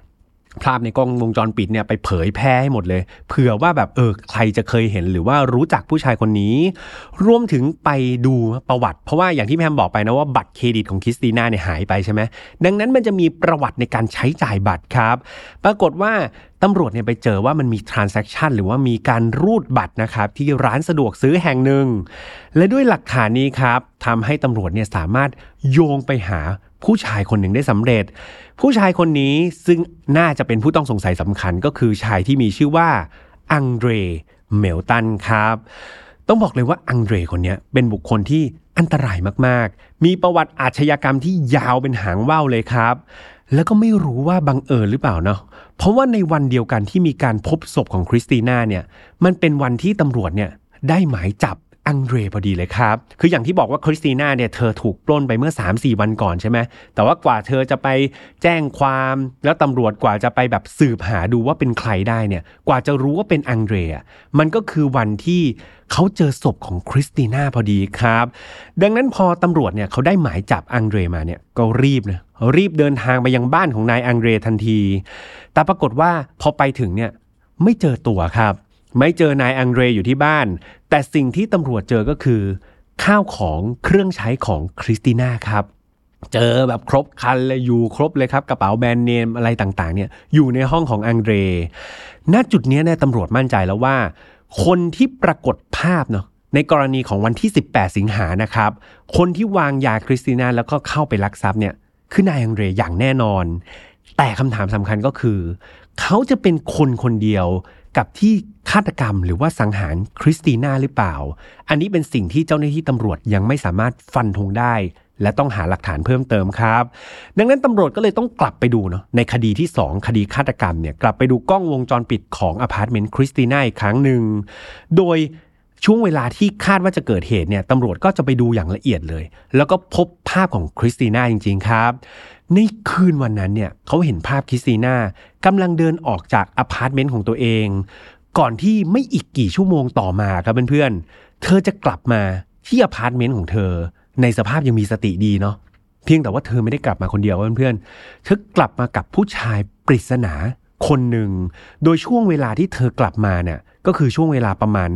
Speaker 1: ภาพในกล้องวงจรปิดเนี่ยไปเผยแพร่ให้หมดเลยเผื่อว่าแบบใครจะเคยเห็นหรือว่ารู้จักผู้ชายคนนี้รวมถึงไปดูประวัติเพราะว่าอย่างที่พี่แฮมบอกไปนะว่าบัตรเครดิตของคริสติน่าเนี่ยหายไปใช่ไหมดังนั้นมันจะมีประวัติในการใช้จ่ายบัตรครับปรากฏว่าตำรวจเนี่ยไปเจอว่ามันมี transaction หรือว่ามีการรูดบัตรนะครับที่ร้านสะดวกซื้อแห่งหนึ่งและด้วยหลักฐานนี้ครับทำให้ตำรวจเนี่ยสามารถโยงไปหาผู้ชายคนหนึ่งได้สำเร็จผู้ชายคนนี้ซึ่งน่าจะเป็นผู้ต้องสงสัยสำคัญก็คือชายที่มีชื่อว่าอังเดรเมลตันครับต้องบอกเลยว่าอังเดรคนนี้เป็นบุคคลที่อันตรายมากๆมีประวัติอาชญากรรมที่ยาวเป็นหางว่าวเลยครับแล้วก็ไม่รู้ว่าบังเอิญหรือเปล่าเนาะเพราะว่าในวันเดียวกันที่มีการพบศพของคริสติน่าเนี่ยมันเป็นวันที่ตำรวจเนี่ยได้หมายจับอังเดรพอดีเลยครับคืออย่างที่บอกว่าคริสติน่าเนี่ยเธอถูกปล้นไปเมื่อ 3-4 วันก่อนใช่ไหมแต่ว่ากว่าเธอจะไปแจ้งความแล้วตำรวจกว่าจะไปแบบสืบหาดูว่าเป็นใครได้เนี่ยกว่าจะรู้ว่าเป็นอังเดรมันก็คือวันที่เขาเจอศพของคริสติน่าพอดีครับดังนั้นพอตำรวจเนี่ยเขาได้หมายจับอังเดรมาเนี่ยก็รีบเดินทางไปยังบ้านของนายอังเดรทันทีแต่ปรากฏว่าพอไปถึงเนี่ยไม่เจอตัวครับไม่เจอนายอังเดรอยู่ที่บ้านแต่สิ่งที่ตำรวจเจอก็คือข้าวของเครื่องใช้ของคริสติน่าครับเจอแบบครบครันเลยอยู่ครบเลยครับกระเป๋าแบรนด์เนมอะไรต่างๆเนี่ยอยู่ในห้องของอังเดรณจุดนี้เนี่ยตำรวจมั่นใจแล้วว่าคนที่ปรากฏภาพเนาะในกรณีของวันที่18สิงหานะครับคนที่วางยาคริสติน่าแล้วก็เข้าไปลักทรัพย์เนี่ยคือนายอังเดรอย่างแน่นอนแต่คำถามสำคัญก็คือเขาจะเป็นคนเดียวกับที่ฆาตกรรมหรือว่าสังหารคริสติน่าหรือเปล่าอันนี้เป็นสิ่งที่เจ้าหน้าที่ตำรวจยังไม่สามารถฟันธงได้และต้องหาหลักฐานเพิ่มเติมครับดังนั้นตำรวจก็เลยต้องกลับไปดูเนาะในคดีที่2คดีฆาตกรรมเนี่ยกลับไปดูกล้องวงจรปิดของอพาร์ตเมนต์คริสติน่าอีกครั้งหนึ่งโดยช่วงเวลาที่คาดว่าจะเกิดเหตุเนี่ยตำรวจก็จะไปดูอย่างละเอียดเลยแล้วก็พบภาพของคริสติน่าจริงๆครับในคืนวันนั้นเนี่ยเขาเห็นภาพคริสติน่ากำลังเดินออกจากอพาร์ตเมนต์ของตัวเองก่อนที่ไม่อีกกี่ชั่วโมงต่อมาครับเพื่อนๆเธอจะกลับมาที่อพาร์ตเมนต์ของเธอในสภาพยังมีสติดีเนาะเพียงแต่ว่าเธอไม่ได้กลับมาคนเดียวเพื่อนๆเธอกลับมากับผู้ชายปริศนาคนหนึ่งโดยช่วงเวลาที่เธอกลับมาเนี่ยก็คือช่วงเวลาประมาณ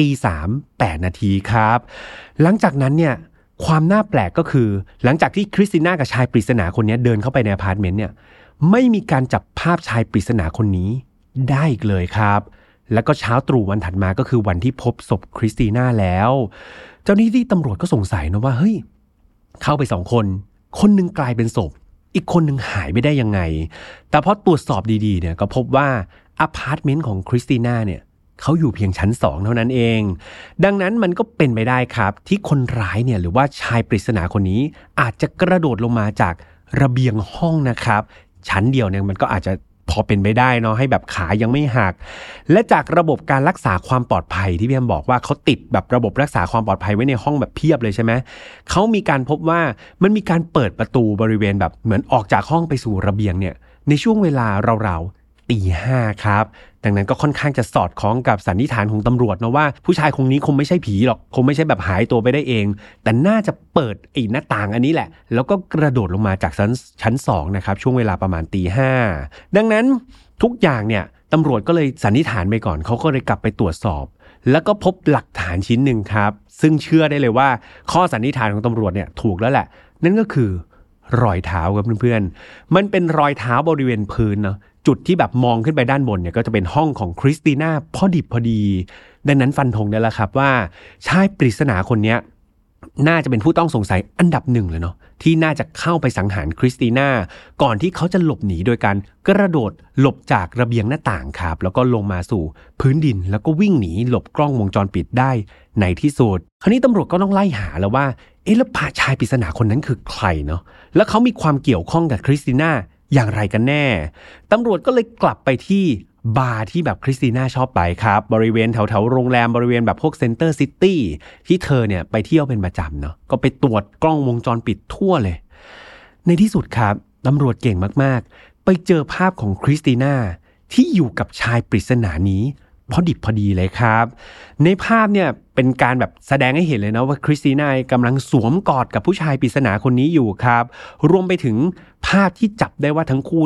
Speaker 1: 3:08 นาทีครับหลังจากนั้นเนี่ยความน่าแปลกก็คือหลังจากที่คริสติน่ากับชายปริศนาคนนี้เดินเข้าไปในอพาร์ตเมนต์เนี่ยไม่มีการจับภาพชายปริศนาคนนี้ได้อีกเลยครับแล้วก็เช้าตรู่วันถัดมาก็คือวันที่พบศพคริสติน่าแล้วเจ้าหน้าที่ตำรวจก็สงสัยนะว่าเฮ้ยเข้าไป2คนคนนึงกลายเป็นศพอีกคนนึงหายไปได้ยังไงแต่พอตรวจสอบดีๆเนี่ยก็พบว่าอพาร์ตเมนต์ของคริสติน่าเนี่ยเขาอยู่เพียงชั้น2เท่านั้นเองดังนั้นมันก็เป็นไปได้ครับที่คนร้ายเนี่ยหรือว่าชายปริศนาคนนี้อาจจะกระโดดลงมาจากระเบียงห้องนะครับชั้นเดียวเนี่ยมันก็อาจจะพอเป็นไปได้เนาะให้แบบขายังไม่หักและจากระบบการรักษาความปลอดภัยที่พี่แอมบอกว่าเขาติดแบบระบบรักษาความปลอดภัยไว้ในห้องแบบเพียบเลยใช่ไหมเขามีการพบว่ามันมีการเปิดประตูบริเวณแบบเหมือนออกจากห้องไปสู่ระเบียงเนี่ยในช่วงเวลาราวๆ 5:00 ครับดังนั้นก็ค่อนข้างจะสอดคล้องกับสันนิษฐานของตำรวจนะว่าผู้ชายคนนี้คงไม่ใช่ผีหรอกคงไม่ใช่แบบหายตัวไปได้เองแต่น่าจะเปิดไอ้หน้าต่างอันนี้แหละแล้วก็กระโดดลงมาจากชั้น2นะครับช่วงเวลาประมาณ 5:00 ดังนั้นทุกอย่างเนี่ยตำรวจก็เลยสันนิษฐานไปก่อนเขาก็เลยกลับไปตรวจสอบแล้วก็พบหลักฐานชิ้นหนึ่งครับซึ่งเชื่อได้เลยว่าข้อสันนิษฐานของตำรวจเนี่ยถูกแล้วแหละนั่นก็คือรอยเท้าครับเพื่อนๆมันเป็นรอยเท้าบริเวณพื้นเนาะจุดที่แบบมองขึ้นไปด้านบนเนี่ยก็จะเป็นห้องของคริสติน่าพอดิบพอดีดังนั้นฟันธงได้แล้วครับว่าชายปริศนาคนนี้น่าจะเป็นผู้ต้องสงสัยอันดับ1เลยเนาะที่น่าจะเข้าไปสังหารคริสติน่าก่อนที่เขาจะหลบหนีโดยการกระโดดหลบจากระเบียงหน้าต่างครับแล้วก็ลงมาสู่พื้นดินแล้วก็วิ่งหนีหลบกล้องวงจรปิดได้ในที่สุดคราวนี้ตำรวจก็ต้องไล่หาแล้วว่าแล้วชายปริศนาคนนั้นคือใครเนาะแล้วเขามีความเกี่ยวข้องกับคริสติน่าอย่างไรกันแน่ตำรวจก็เลยกลับไปที่บาร์ที่แบบคริสติน่าชอบไปครับบริเวณแถวๆโรงแรมบริเวณแบบพวกเซ็นเตอร์ซิตี้ที่เธอเนี่ยไปเที่ยวเป็นประจำเนาะก็ไปตรวจกล้องวงจรปิดทั่วเลยในที่สุดครับตำรวจเก่งมากๆไปเจอภาพของคริสติน่าที่อยู่กับชายปริศนานี้พอดิบพอดีเลยครับในภาพเนี่ยเป็นการแบบแสดงให้เห็นเลยนะว่าคริสติน่ากำลังสวมกอดกับผู้ชายปริศนาคนนี้อยู่ครับรวมไปถึงภาพที่จับได้ว่าทั้งคู่เนี่ย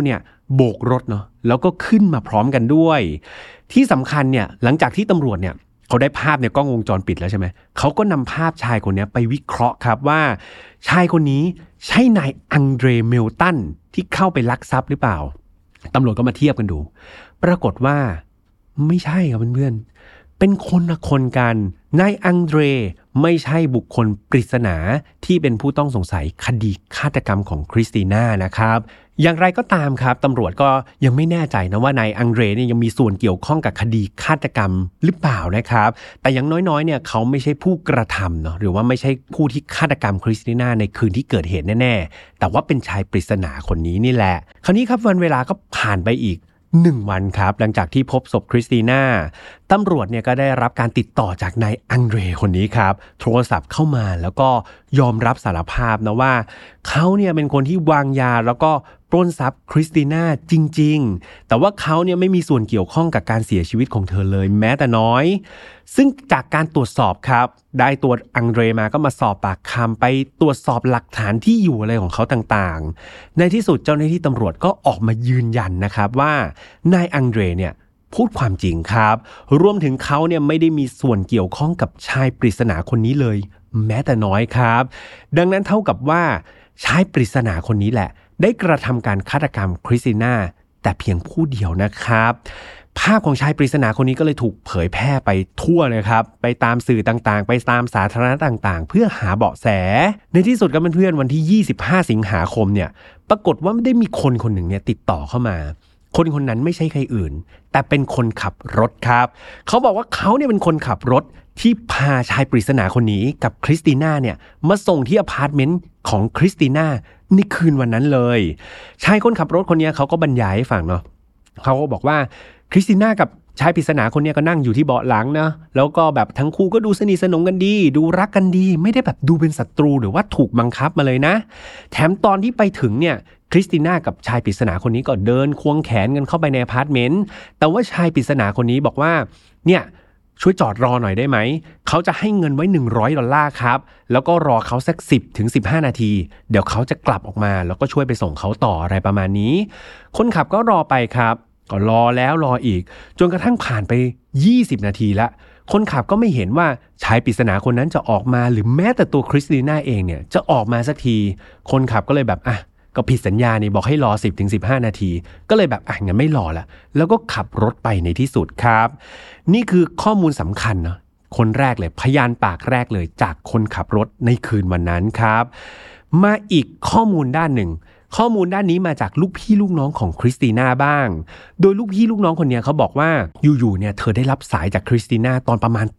Speaker 1: โบกรถเนาะแล้วก็ขึ้นมาพร้อมกันด้วยที่สำคัญเนี่ยหลังจากที่ตำรวจเนี่ยเขาได้ภาพในกล้องวงจรปิดแล้วใช่ไหมเขาก็นำภาพชายคนนี้ไปวิเคราะห์ครับว่าชายคนนี้ใช่นายอังเดรเมลตันที่เข้าไปลักทรัพย์หรือเปล่าตำรวจก็มาเทียบกันดูปรากฏว่าไม่ใช่ครับเพื่อนๆเป็นคนละคนกันนายอังเดรไม่ใช่บุคคลปริศนาที่เป็นผู้ต้องสงสัยคดีฆาตกรรมของคริสติน่านะครับอย่างไรก็ตามครับตำรวจก็ยังไม่แน่ใจนะว่านายอังเดรเนี่ยยังมีส่วนเกี่ยวข้องกับคดีฆาตกรรมหรือเปล่านะครับแต่อย่างน้อยๆเนี่ยเขาไม่ใช่ผู้กระทำเนาะหรือว่าไม่ใช่ผู้ที่ฆาตกรรมคริสติน่าในคืนที่เกิดเหตุแน่ๆแต่ว่าเป็นชายปริศนาคนนี้นี่แหละคราวนี้ครับวันเวลาก็ผ่านไปอีก1 วันครับหลังจากที่พบศพคริสติน่าตำรวจเนี่ยก็ได้รับการติดต่อจากนายอังเดรคนนี้ครับโทรศัพท์เข้ามาแล้วก็ยอมรับสารภาพนะว่าเขาเนี่ยเป็นคนที่วางยาแล้วก็ปล้นทรัพย์คริสติน่าจริงๆแต่ว่าเขาเนี่ยไม่มีส่วนเกี่ยวข้องกับการเสียชีวิตของเธอเลยแม้แต่น้อยซึ่งจากการตรวจสอบครับได้ตัวอังเดรมาก็มาสอบปากคำไปตรวจสอบหลักฐานที่อยู่อะไรของเขาต่างๆในที่สุดเจ้าหน้าที่ตำรวจก็ออกมายืนยันนะครับว่านายอังเดรเนี่ยพูดความจริงครับรวมถึงเขาเนี่ยไม่ได้มีส่วนเกี่ยวข้องกับชายปริศนาคนนี้เลยแม้แต่น้อยครับดังนั้นเท่ากับว่าชายปริศนาคนนี้แหละได้กระทำการฆาตกรรมคริสติน่าแต่เพียงผู้เดียวนะครับภาพของชายปริศนาคนนี้ก็เลยถูกเผยแพร่ไปทั่วเลยครับไปตามสื่อต่างๆไปตามสาธารณะต่างๆเพื่อหาเบาะแสในที่สุดกับเพื่อนๆวันที่25สิงหาคมเนี่ยปรากฏว่าได้มีคนคนหนึ่งเนี่ยติดต่อเข้ามาคนคนนั้นไม่ใช่ใครอื่นแต่เป็นคนขับรถครับเขาบอกว่าเขาเนี่ยเป็นคนขับรถที่พาชายปริศนาคนนี้กับคริสติน่าเนี่ยมาส่งที่อพาร์ตเมนต์ของคริสติน่าในคืนวันนั้นเลยชายคนขับรถคนนี้เขาก็บรรยายให้ฟังเนาะเขาก็บอกว่าคริสติน่ากับชายปริศนาคนนี้ก็นั่งอยู่ที่เบาะหลังนะแล้วก็แบบทั้งคู่ก็ดูสนิทสนมกันดีดูรักกันดีไม่ได้แบบดูเป็นศัตรูหรือว่าถูกบังคับมาเลยนะแถมตอนที่ไปถึงเนี่ยคริสติน่ากับชายปริศนาคนนี้ก็เดินควงแขนกันเข้าไปในอพาร์ตเมนต์แต่ว่าชายปริศนาคนนี้บอกว่าเนี่ยช่วยจอดรอหน่อยได้ไหมเขาจะให้เงินไว้$100ครับแล้วก็รอเขาสัก10 ถึง 15 นาทีเดี๋ยวเขาจะกลับออกมาแล้วก็ช่วยไปส่งเขาต่ออะไรประมาณนี้คนขับก็รอไปครับก็รอแล้วรออีกจนกระทั่งผ่านไป20 นาทีละคนขับก็ไม่เห็นว่าชายปริศนาคนนั้นจะออกมาหรือแม้แต่ตัวคริสติน่าเองเนี่ยจะออกมาสักทีคนขับก็เลยแบบก็ผิดสัญญานี่บอกให้รอ10 ถึง 15 นาทีก็เลยแบบงั้นไม่รอละแล้วก็ขับรถไปในที่สุดครับนี่คือข้อมูลสำคัญเนาะคนแรกเลยพยานปากแรกเลยจากคนขับรถในคืนวันนั้นครับมาอีกข้อมูลด้านหนึ่งข้อมูลด้านนี้มาจากลูกพี่ลูกน้องของคริสติน่าบ้างโดยลูกพี่ลูกน้องคนนี้เขาบอกว่าอยู่ๆเนี่ยเธอได้รับสายจากคริสติน่าตอนประมาณตี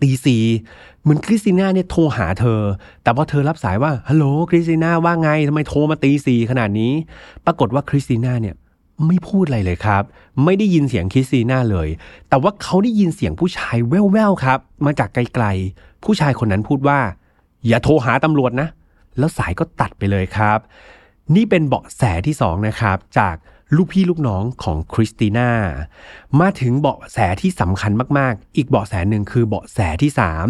Speaker 1: 4เหมือนคริสติน่าเนี่ยโทรหาเธอแต่พอเธอรับสายว่าฮัลโหลคริสติน่าว่าไงทำไมโทรมาตี 4ขนาดนี้ปรากฏว่าคริสติน่าเนี่ยไม่พูดอะไรเลยครับไม่ได้ยินเสียงคริสติน่าเลยแต่ว่าเขาได้ยินเสียงผู้ชายแว่วๆครับมาจากไกลๆผู้ชายคนนั้นพูดว่าอย่าโทรหาตำรวจนะแล้วสายก็ตัดไปเลยครับนี่เป็นเบาะแสที่2นะครับจากลูกพี่ลูกน้องของคริสติน่ามาถึงเบาะแสที่สำคัญมากๆอีกเบาะแสหนึ่งคือเบาะแสที่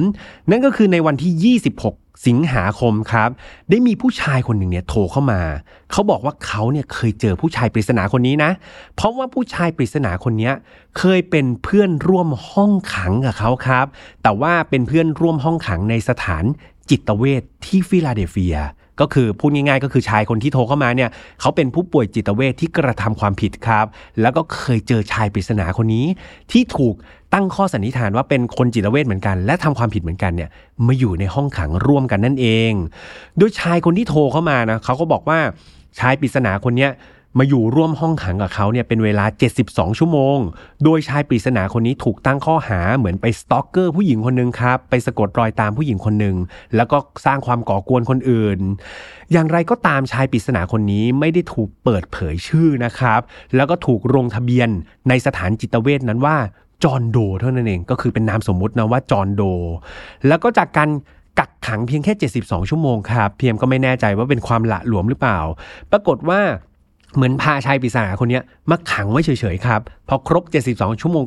Speaker 1: 3นั่นก็คือในวันที่26สิงหาคมครับได้มีผู้ชายคนหนึ่งเนี่ยโทรเข้ามาเขาบอกว่าเขาเนี่ยเคยเจอผู้ชายปริศนาคนนี้นะเพราะว่าผู้ชายปริศนาคนนี้เคยเป็นเพื่อนร่วมห้องขังกับเขาครับแต่ว่าเป็นเพื่อนร่วมห้องขังในสถานจิตเวชที่ฟิลาเดลเฟียก็คือพูดง่ายๆก็คือชายคนที่โทรเข้ามาเนี่ยเขาเป็นผู้ป่วยจิตเวชที่กระทำความผิดครับแล้วก็เคยเจอชายปริศนาคนนี้ที่ถูกตั้งข้อสันนิษฐานว่าเป็นคนจิตเวชเหมือนกันและทำความผิดเหมือนกันเนี่ยมาอยู่ในห้องขังร่วมกันนั่นเองโดยชายคนที่โทรเข้ามานะเขาก็บอกว่าชายปริศนาคนเนี้ยมาอยู่ร่วมห้องขังกับเขาเนี่ยเป็นเวลา72ชั่วโมงโดยชายปริศนาคนนี้ถูกตั้งข้อหาเหมือนไปสตอกเกอร์ผู้หญิงคนนึงครับไปสะกดรอยตามผู้หญิงคนนึงแล้วก็สร้างความก่อกวนคนอื่นอย่างไรก็ตามชายปริศนาคนนี้ไม่ได้ถูกเปิดเผยชื่อนะครับแล้วก็ถูกลงทะเบียนในสถานจิตเวชนั้นว่าจอห์นโดเท่านั้นเองก็คือเป็นนามสมมุตินะว่าจอห์นโดแล้วก็จากการกักขังเพียงแค่72ชั่วโมงครับเพียมก็ไม่แน่ใจว่าเป็นความหละหลวมหรือเปล่าปรากฏว่าเหมือนพาชายปริศนาคนนี้มาขังไว้เฉยๆครับพอครบ72ชั่วโมงก็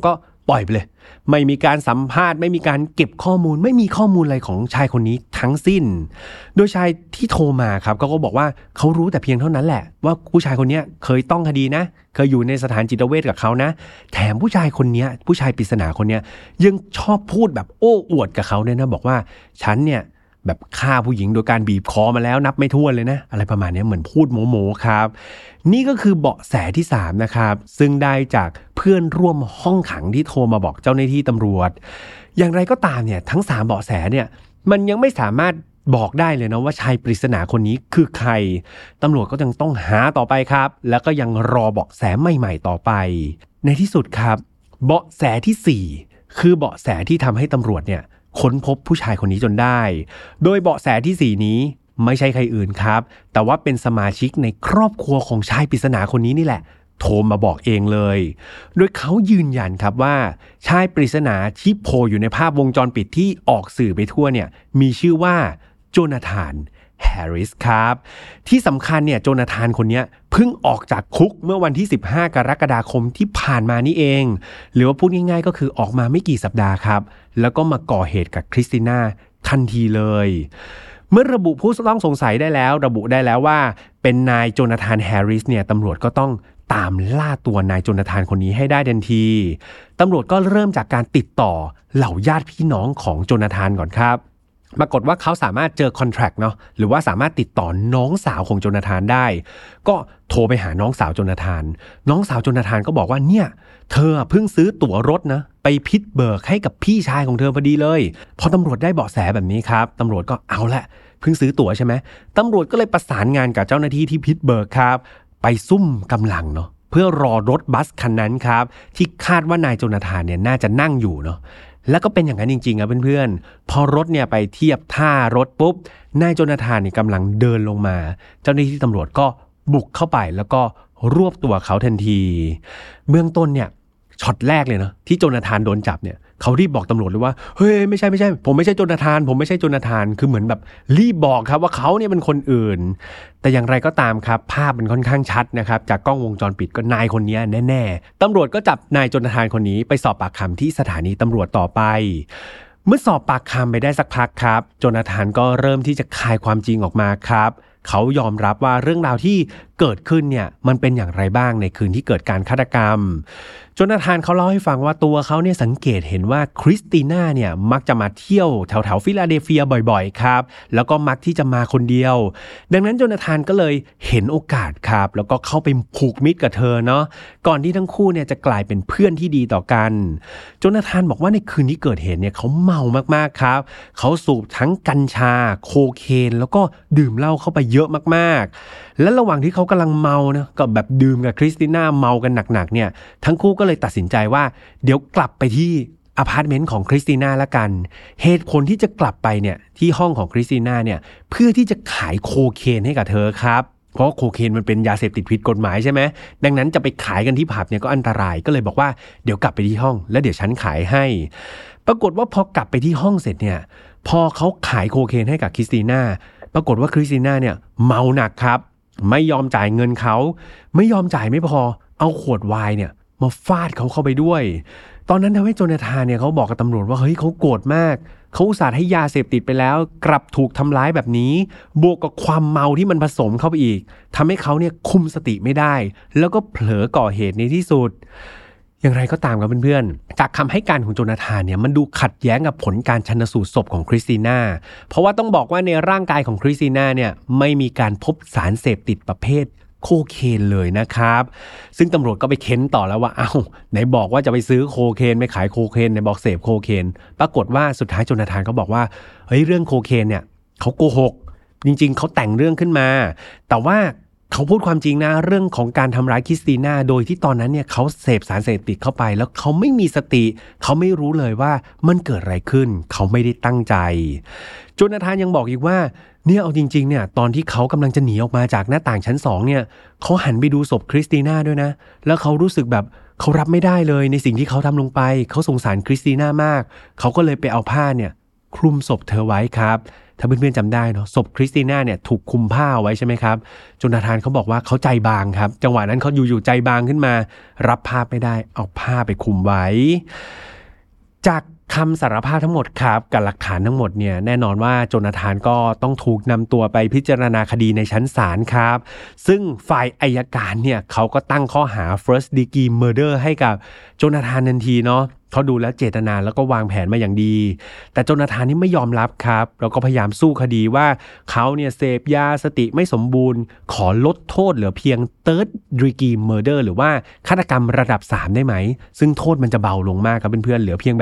Speaker 1: ปล่อยไปเลยไม่มีการสัมภาษณ์ไม่มีการเก็บข้อมูลไม่มีข้อมูลอะไรของชายคนนี้ทั้งสิ้นโดยชายที่โทรมาครับเขาก็บอกว่าเขารู้แต่เพียงเท่านั้นแหละว่าผู้ชายคนนี้เคยต้องคดีนะเคยอยู่ในสถานจิตเวชกับเขานะแถมผู้ชายคนนี้ผู้ชายปริศนาคนนี้ยังชอบพูดแบบโอ้อวดกับเขาเนี่ยนะบอกว่าฉันเนี่ยแบบฆ่าผู้หญิงโดยการบีบคอมาแล้วนับไม่ถ้วนเลยนะอะไรประมาณนี้เหมือนพูดโมครับนี่ก็คือเบาะแสที่3นะครับซึ่งได้จากเพื่อนร่วมห้องขังที่โทรมาบอกเจ้าหน้าที่ตำรวจอย่างไรก็ตามเนี่ยทั้ง3เบาะแสเนี่ยมันยังไม่สามารถบอกได้เลยนะว่าชายปริศนาคนนี้คือใครตำรวจก็ยังต้องหาต่อไปครับแล้วก็ยังรอเบาะแสใหม่ๆต่อไปในที่สุดครับเบาะแสที่4คือเบาะแสที่ทำให้ตำรวจเนี่ยค้นพบผู้ชายคนนี้จนได้โดยเบาะแสที่4นี้ไม่ใช่ใครอื่นครับแต่ว่าเป็นสมาชิกในครอบครัวของชายปริศนาคนนี้นี่แหละโทรมาบอกเองเลยโดยเขายืนยันครับว่าชายปริศนาที่โผล่อยู่ในภาพวงจรปิดที่ออกสื่อไปทั่วเนี่ยมีชื่อว่าโจนาธานแฮร์ริสครับที่สำคัญเนี่ยโจนาธานคนนี้เพิ่งออกจากคุกเมื่อวันที่15กรกฎาคมที่ผ่านมานี่เองหรือว่าพูดง่ายๆก็คือออกมาไม่กี่สัปดาห์ครับแล้วก็มาก่อเหตุกับคริสติน่าทันทีเลยเมื่อระบุผู้ต้องสงสัยได้แล้วระบุได้แล้วว่าเป็นนายโจนาธานแฮร์ริสเนี่ยตำรวจก็ต้องตามล่าตัวนายโจนาธานคนนี้ให้ได้ทันทีตำรวจก็เริ่มจากการติดต่อเหล่าญาติพี่น้องของโจนาธานก่อนครับปรากฏว่าเขาสามารถเจอคอนแทรคเนาะหรือว่าสามารถติดต่อน้องสาวของโจนาธานได้ก็โทรไปหาน้องสาวโจนาธานน้องสาวโจนาธานก็บอกว่าเนี่ยเธอเพิ่งซื้อตั๋วรถนะไปพิตต์เบิร์กให้กับพี่ชายของเธอพอดีเลยพอตำรวจได้เบาะแสแบบนี้ครับตำรวจก็เอาละเพิ่งซื้อตั๋วใช่ไหมตำรวจก็เลยประสานงานกับเจ้าหน้าที่ที่พิตต์เบิร์กครับไปซุ่มกำลังเนาะเพื่อรอรถบัสคันนั้นครับที่คาดว่านายโจนาธานเนี่ยน่าจะนั่งอยู่เนาะแล้วก็เป็นอย่างนั้นจริงๆครับเพื่อนๆพอรถเนี่ยไปเทียบท่ารถปุ๊บนายโจนาธานเนี่ยกำลังเดินลงมาเจ้าหน้าที่ตำรวจก็บุกเข้าไปแล้วก็รวบตัวเขาทันทีเบื้องต้นเนี่ยช็อตแรกเลยเนาะที่โจนาธานโดนจับเนี่ยเขารีบบอกตำรวจเลยว่าเฮ้ยไม่ใช่ผมไม่ใช่โจนาธานผมไม่ใช่โจนาธานคือเหมือนแบบรีบบอกครับว่าเขาเนี่ยเป็นคนอื่นแต่อย่างไรก็ตามครับภาพมันค่อนข้างชัดนะครับจากกล้องวงจรปิดก็นายคนนี้แน่ๆตำรวจก็จับนายโจนาธานคนนี้ไปสอบปากคำที่สถานีตำรวจต่อไปเมื่อสอบปากคำไปได้สักพักครับโจนาธานก็เริ่มที่จะคายความจริงออกมาครับเขายอมรับว่าเรื่องราวที่เกิดขึ้นเนี่ยมันเป็นอย่างไรบ้างในคืนที่เกิดการฆาตกรรมโจนาธานเขาเล่าให้ฟังว่าตัวเขาเนี่ยสังเกตเห็นว่าคริสติน่าเนี่ยมักจะมาเที่ยวแถวฟิลาเดลเฟียบ่อยๆครับแล้วก็มักที่จะมาคนเดียวดังนั้นโจนาธานก็เลยเห็นโอกาสครับแล้วก็เข้าไปผูกมิตรกับเธอเนาะก่อนที่ทั้งคู่เนี่ยจะกลายเป็นเพื่อนที่ดีต่อกันโจนาธานบอกว่าในคืนที่เกิดเหตุเนี่ยเขาเมามากๆครับเขาสูบทั้งกัญชาโคเคนแล้วก็ดื่มเหล้าเข้าไปเยอะมากๆและระหว่างที่เขากำลังเมานะก็แบบดื่มกับคริสติน่าเมากันหนักๆเนี่ยทั้งคู่ก็เลยตัดสินใจว่าเดี๋ยวกลับไปที่อพาร์ตเมนต์ของคริสติน่าละกันเหตุผลที่จะกลับไปเนี่ยที่ห้องของคริสติน่าเนี่ยเพื่อที่จะขายโคเคนให้กับเธอครับเพราะโคเคนมันเป็นยาเสพติดผิดกฎหมายใช่ไหมดังนั้นจะไปขายกันที่ผับเนี่ยก็อันตรายก็เลยบอกว่าเดี๋ยวกลับไปที่ห้องแล้วเดี๋ยวฉันขายให้ปรากฏว่าพอกลับไปที่ห้องเสร็จเนี่ยพอเขาขายโคเคนให้กับคริสติน่าปรากฏว่าคริสติน่าเนี่ยเมาหนักครับไม่ยอมจ่ายเงินเขาไม่ยอมจ่ายไม่พอเอาขวดไวน์เนี่ยมาฟาดเขาเข้าไปด้วยตอนนั้นทำให้โจนาธานเนี่ยเขาบอกกับตำรวจว่าเฮ้ยเขาโกรธมากเขาอุตส่าห์ให้ยาเสพติดไปแล้วกลับถูกทำร้ายแบบนี้บวกกับความเมาที่มันผสมเข้าไปอีกทำให้เขาเนี่ยคุมสติไม่ได้แล้วก็เผลอก่อเหตุในที่สุดอย่างไรก็ตามครับเพื่อนๆจากคำให้การของโจนาธานเนี่ยมันดูขัดแย้งกับผลการชันสูตรศพของคริสติน่าเพราะว่าต้องบอกว่าในร่างกายของคริสติน่าเนี่ยไม่มีการพบสารเสพติดประเภทโคเคนเลยนะครับซึ่งตำรวจก็ไปเค้นต่อแล้วว่าไหนบอกว่าจะไปซื้อโคเคนไปขายโคเคนไหนบอกเสพโคเคนปรากฏว่าสุดท้ายโจนาธานเขาบอกว่าเฮ้ยเรื่องโคเคนเนี่ยเขาโกหกจริงๆเขาแต่งเรื่องขึ้นมาแต่ว่าเขาพูดความจริงนะเรื่องของการทำร้ายคริสติน่าโดยที่ตอนนั้นเนี่ยเขาเสพสารเสพติดเข้าไปแล้วเขาไม่มีสติเขาไม่รู้เลยว่ามันเกิดอะไรขึ้นเขาไม่ได้ตั้งใจโจนาธานยังบอกอีกว่าเนี่ยเอาจริงๆเนี่ยตอนที่เขากำลังจะหนีออกมาจากหน้าต่างชั้น2เนี่ยเขาหันไปดูศพคริสติน่าด้วยนะแล้วเขารู้สึกแบบเขารับไม่ได้เลยในสิ่งที่เขาทำลงไปเขาสงสารคริสติน่ามากเขาก็เลยไปเอาผ้าเนี่ยคลุมศพเธอไว้ครับถ้าเพื่อนๆจำได้เนาะศพคริสติน่าเนี่ยถูกคลุมผ้าไว้ใช่ไหมครับโจนาธานเขาบอกว่าเขาใจบางครับจังหวะนั้นเขาอยู่ๆใจบางขึ้นมารับภาพไม่ได้เอาผ้าไปคลุมไว้จากคำสารภาพทั้งหมดครับกับหลักฐานทั้งหมดเนี่ยแน่นอนว่าโจนาธานก็ต้องถูกนำตัวไปพิจารณาคดีในชั้นศาลครับซึ่งฝ่ายอัยการเนี่ยเขาก็ตั้งข้อหา first degree murder ให้กับโจนาธานทันทีเนาะเขาดูแล้วเจตนาแล้วก็วางแผนมาอย่างดีแต่โจนาธานนี่ไม่ยอมรับครับแล้วก็พยายามสู้คดีว่าเขาเนี่ยเสพยาสติไม่สมบูรณ์ขอลดโทษเหลือเพียง third degree murder หรือว่าฆาตกรรมระดับ3ได้ไหมซึ่งโทษมันจะเบาลงมากครับเพื่อนๆเหลือเพียงแบบ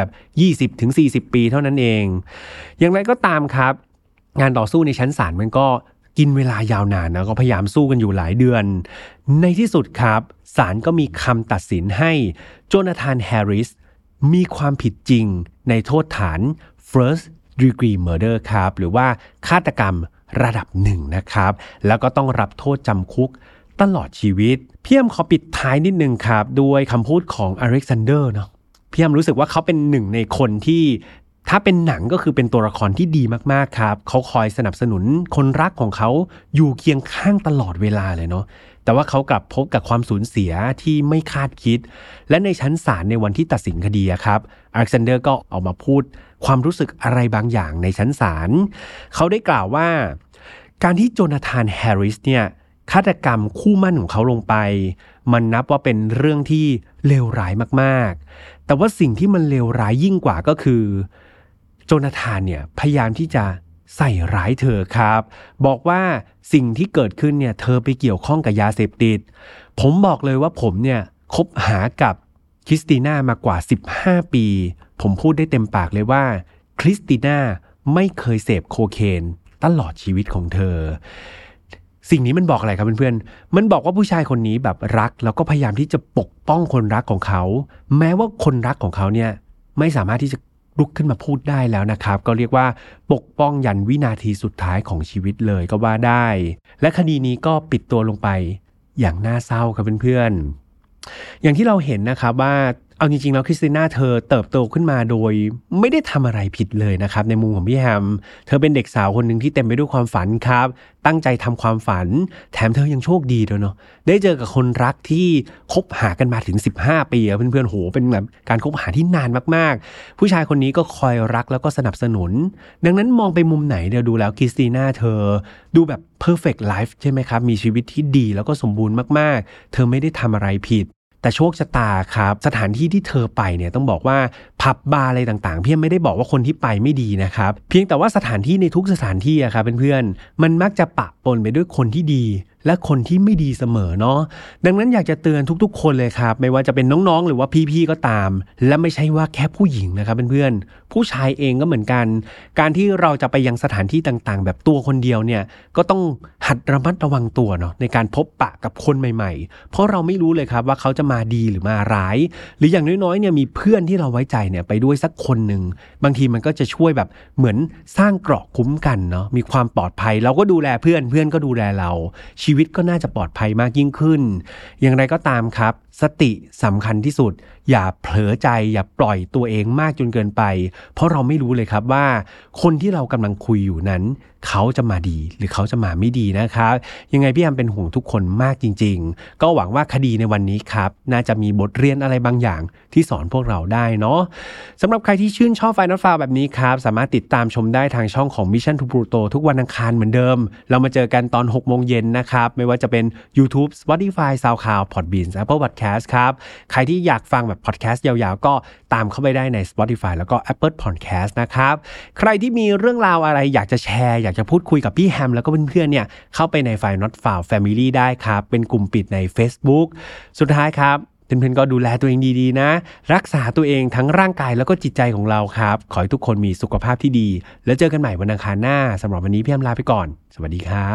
Speaker 1: 20-40 ปีเท่านั้นเองอย่างไรก็ตามครับงานต่อสู้ในชั้นศาลมันก็กินเวลายาวนานนะก็พยายามสู้กันอยู่หลายเดือนในที่สุดครับศาลก็มีคำตัดสินให้โจนาธานแฮร์ริสมีความผิดจริงในโทษฐาน first degree murder ครับหรือว่าฆาตกรรมระดับ1นะครับแล้วก็ต้องรับโทษจำคุกตลอดชีวิตพี่แอมขอปิดท้ายนิดนึงครับด้วยคำพูดของอเล็กซานเดอร์เนาะพี่แอมรู้สึกว่าเขาเป็นหนึ่งในคนที่ถ้าเป็นหนังก็คือเป็นตัวละครที่ดีมากๆครับเขาคอยสนับสนุนคนรักของเขาอยู่เคียงข้างตลอดเวลาเลยเนาะแต่ว่าเขากลับพบกับความสูญเสียที่ไม่คาดคิดและในชั้นศาลในวันที่ตัดสินคดีครับอเล็กซานเดอร์ก็ออกมาพูดความรู้สึกอะไรบางอย่างในชั้นศาลเขาได้กล่าวว่าการที่โจนาธานแฮร์ริสเนี่ยฆาตกรรมคู่มั่นของเขาลงไปมันนับว่าเป็นเรื่องที่เลวร้ายมากๆแต่ว่าสิ่งที่มันเลวร้ายยิ่งกว่าก็คือโจนาธานเนี่ยพยายามที่จะใส่ร้ายเธอครับบอกว่าสิ่งที่เกิดขึ้นเนี่ยเธอไปเกี่ยวข้องกับยาเสพติดผมบอกเลยว่าผมเนี่ยคบหากับคริสติน่ามากว่า15ปีผมพูดได้เต็มปากเลยว่าคริสติน่าไม่เคยเสพโคเคนตลอดชีวิตของเธอสิ่งนี้มันบอกอะไรครับเพื่อนๆมันบอกว่าผู้ชายคนนี้แบบรักแล้วก็พยายามที่จะปกป้องคนรักของเขาแม้ว่าคนรักของเขาเนี่ยไม่สามารถที่จะลุกขึ้นมาพูดได้แล้วนะครับก็เรียกว่าปกป้องยันวินาทีสุดท้ายของชีวิตเลยก็ว่าได้และคดีนี้ก็ปิดตัวลงไปอย่างน่าเศร้าครับเพื่อนๆอย่างที่เราเห็นนะครับว่าเอาจริงๆแล้วคริสติน่าเธอเติบโตขึ้นมาโดยไม่ได้ทำอะไรผิดเลยนะครับในมุมของพี่แฮมเธอเป็นเด็กสาวคนหนึ่งที่เต็มไปด้วยความฝันครับตั้งใจทำความฝันแถมเธอยังโชคดีด้วยเนาะได้เจอกับคนรักที่คบหากันมาถึง15ปีเพื่อนๆโหเป็นแบบการคบหาที่นานมากๆผู้ชายคนนี้ก็คอยรักแล้วก็สนับสนุนดังนั้นมองไปมุมไหนเดี๋ยวดูแล้วคริสติน่าเธอดูแบบ perfect life ใช่ไหมครับมีชีวิตที่ดีแล้วก็สมบูรณ์มากๆเธอไม่ได้ทำอะไรผิดแต่โชคชะตาครับสถานที่ที่เธอไปเนี่ยต้องบอกว่าผับบาร์อะไรต่างๆเพียงไม่ได้บอกว่าคนที่ไปไม่ดีนะครับเพียงแต่ว่าสถานที่ในทุกสถานที่อะครับเพื่อนๆมันมักจะปะปนไปด้วยคนที่ดีและคนที่ไม่ดีเสมอเนาะดังนั้นอยากจะเตือนทุกๆคนเลยครับไม่ว่าจะเป็นน้องๆหรือว่าพี่ๆก็ตามและไม่ใช่ว่าแค่ผู้หญิงนะครับเพื่อนๆผู้ชายเองก็เหมือนกันการที่เราจะไปยังสถานที่ต่างๆแบบตัวคนเดียวเนี่ยก็ต้องหัดระมัดระวังตัวเนาะในการพบปะกับคนใหม่ๆเพราะเราไม่รู้เลยครับว่าเขาจะมาดีหรือมาร้ายหรืออย่างน้อยๆเนี่ยมีเพื่อนที่เราไว้ใจเนี่ยไปด้วยสักคนนึงบางทีมันก็จะช่วยแบบเหมือนสร้างเกราะคุ้มกันเนาะมีความปลอดภัยเราก็ดูแลเพื่อนเพื่อนก็ดูแลเราชีวิตก็น่าจะปลอดภัยมากยิ่งขึ้นอย่างไรก็ตามครับสติสำคัญที่สุดอย่าเผลอใจอย่าปล่อยตัวเองมากจนเกินไปเพราะเราไม่รู้เลยครับว่าคนที่เรากำลังคุยอยู่นั้นเขาจะมาดีหรือเขาจะมาไม่ดีนะครับยังไงพี่แอมเป็นห่วงทุกคนมากจริงๆก็หวังว่าคดีในวันนี้ครับน่าจะมีบทเรียนอะไรบางอย่างที่สอนพวกเราได้เนาะสำหรับใครที่ชื่นชอบ Final File แบบนี้ครับสามารถติดตามชมได้ทางช่องของ Mission to Pluto ทุกวันอังคารเหมือนเดิมเรามาเจอกันตอน 6 โมงเย็นนะครับไม่ว่าจะเป็น YouTube Spotify SoundCloud Podbean Apple Podcast ครับใครที่อยากฟังแบบ podcast ยาวๆก็ตามเข้าไปได้ใน Spotify แล้วก็ Apple Podcast นะครับใครที่มีเรื่องราวอะไรอยากจะแชร์อยากจะพูดคุยกับพี่แฮมแล้วก็เพื่อนๆเนี่ยเข้าไปใน Final File Family ได้ครับเป็นกลุ่มปิดใน Facebook สุดท้ายครับเพื่อนๆก็ดูแลตัวเองดีๆนะรักษาตัวเองทั้งร่างกายแล้วก็จิตใจของเราครับขอให้ทุกคนมีสุขภาพที่ดีแล้วเจอกันใหม่วันอังคารหน้าสำหรับวันนี้พี่แฮมลาไปก่อนสวัสดีครับ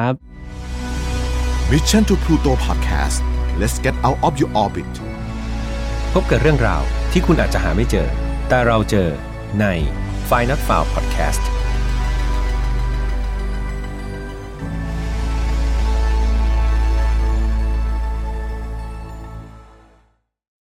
Speaker 2: Mission to Pluto Podcast Let's get out of your orbit
Speaker 3: พบกับเรื่องราวที่คุณอาจจะหาไม่เจอแต่เราเจอใน Final File Podcast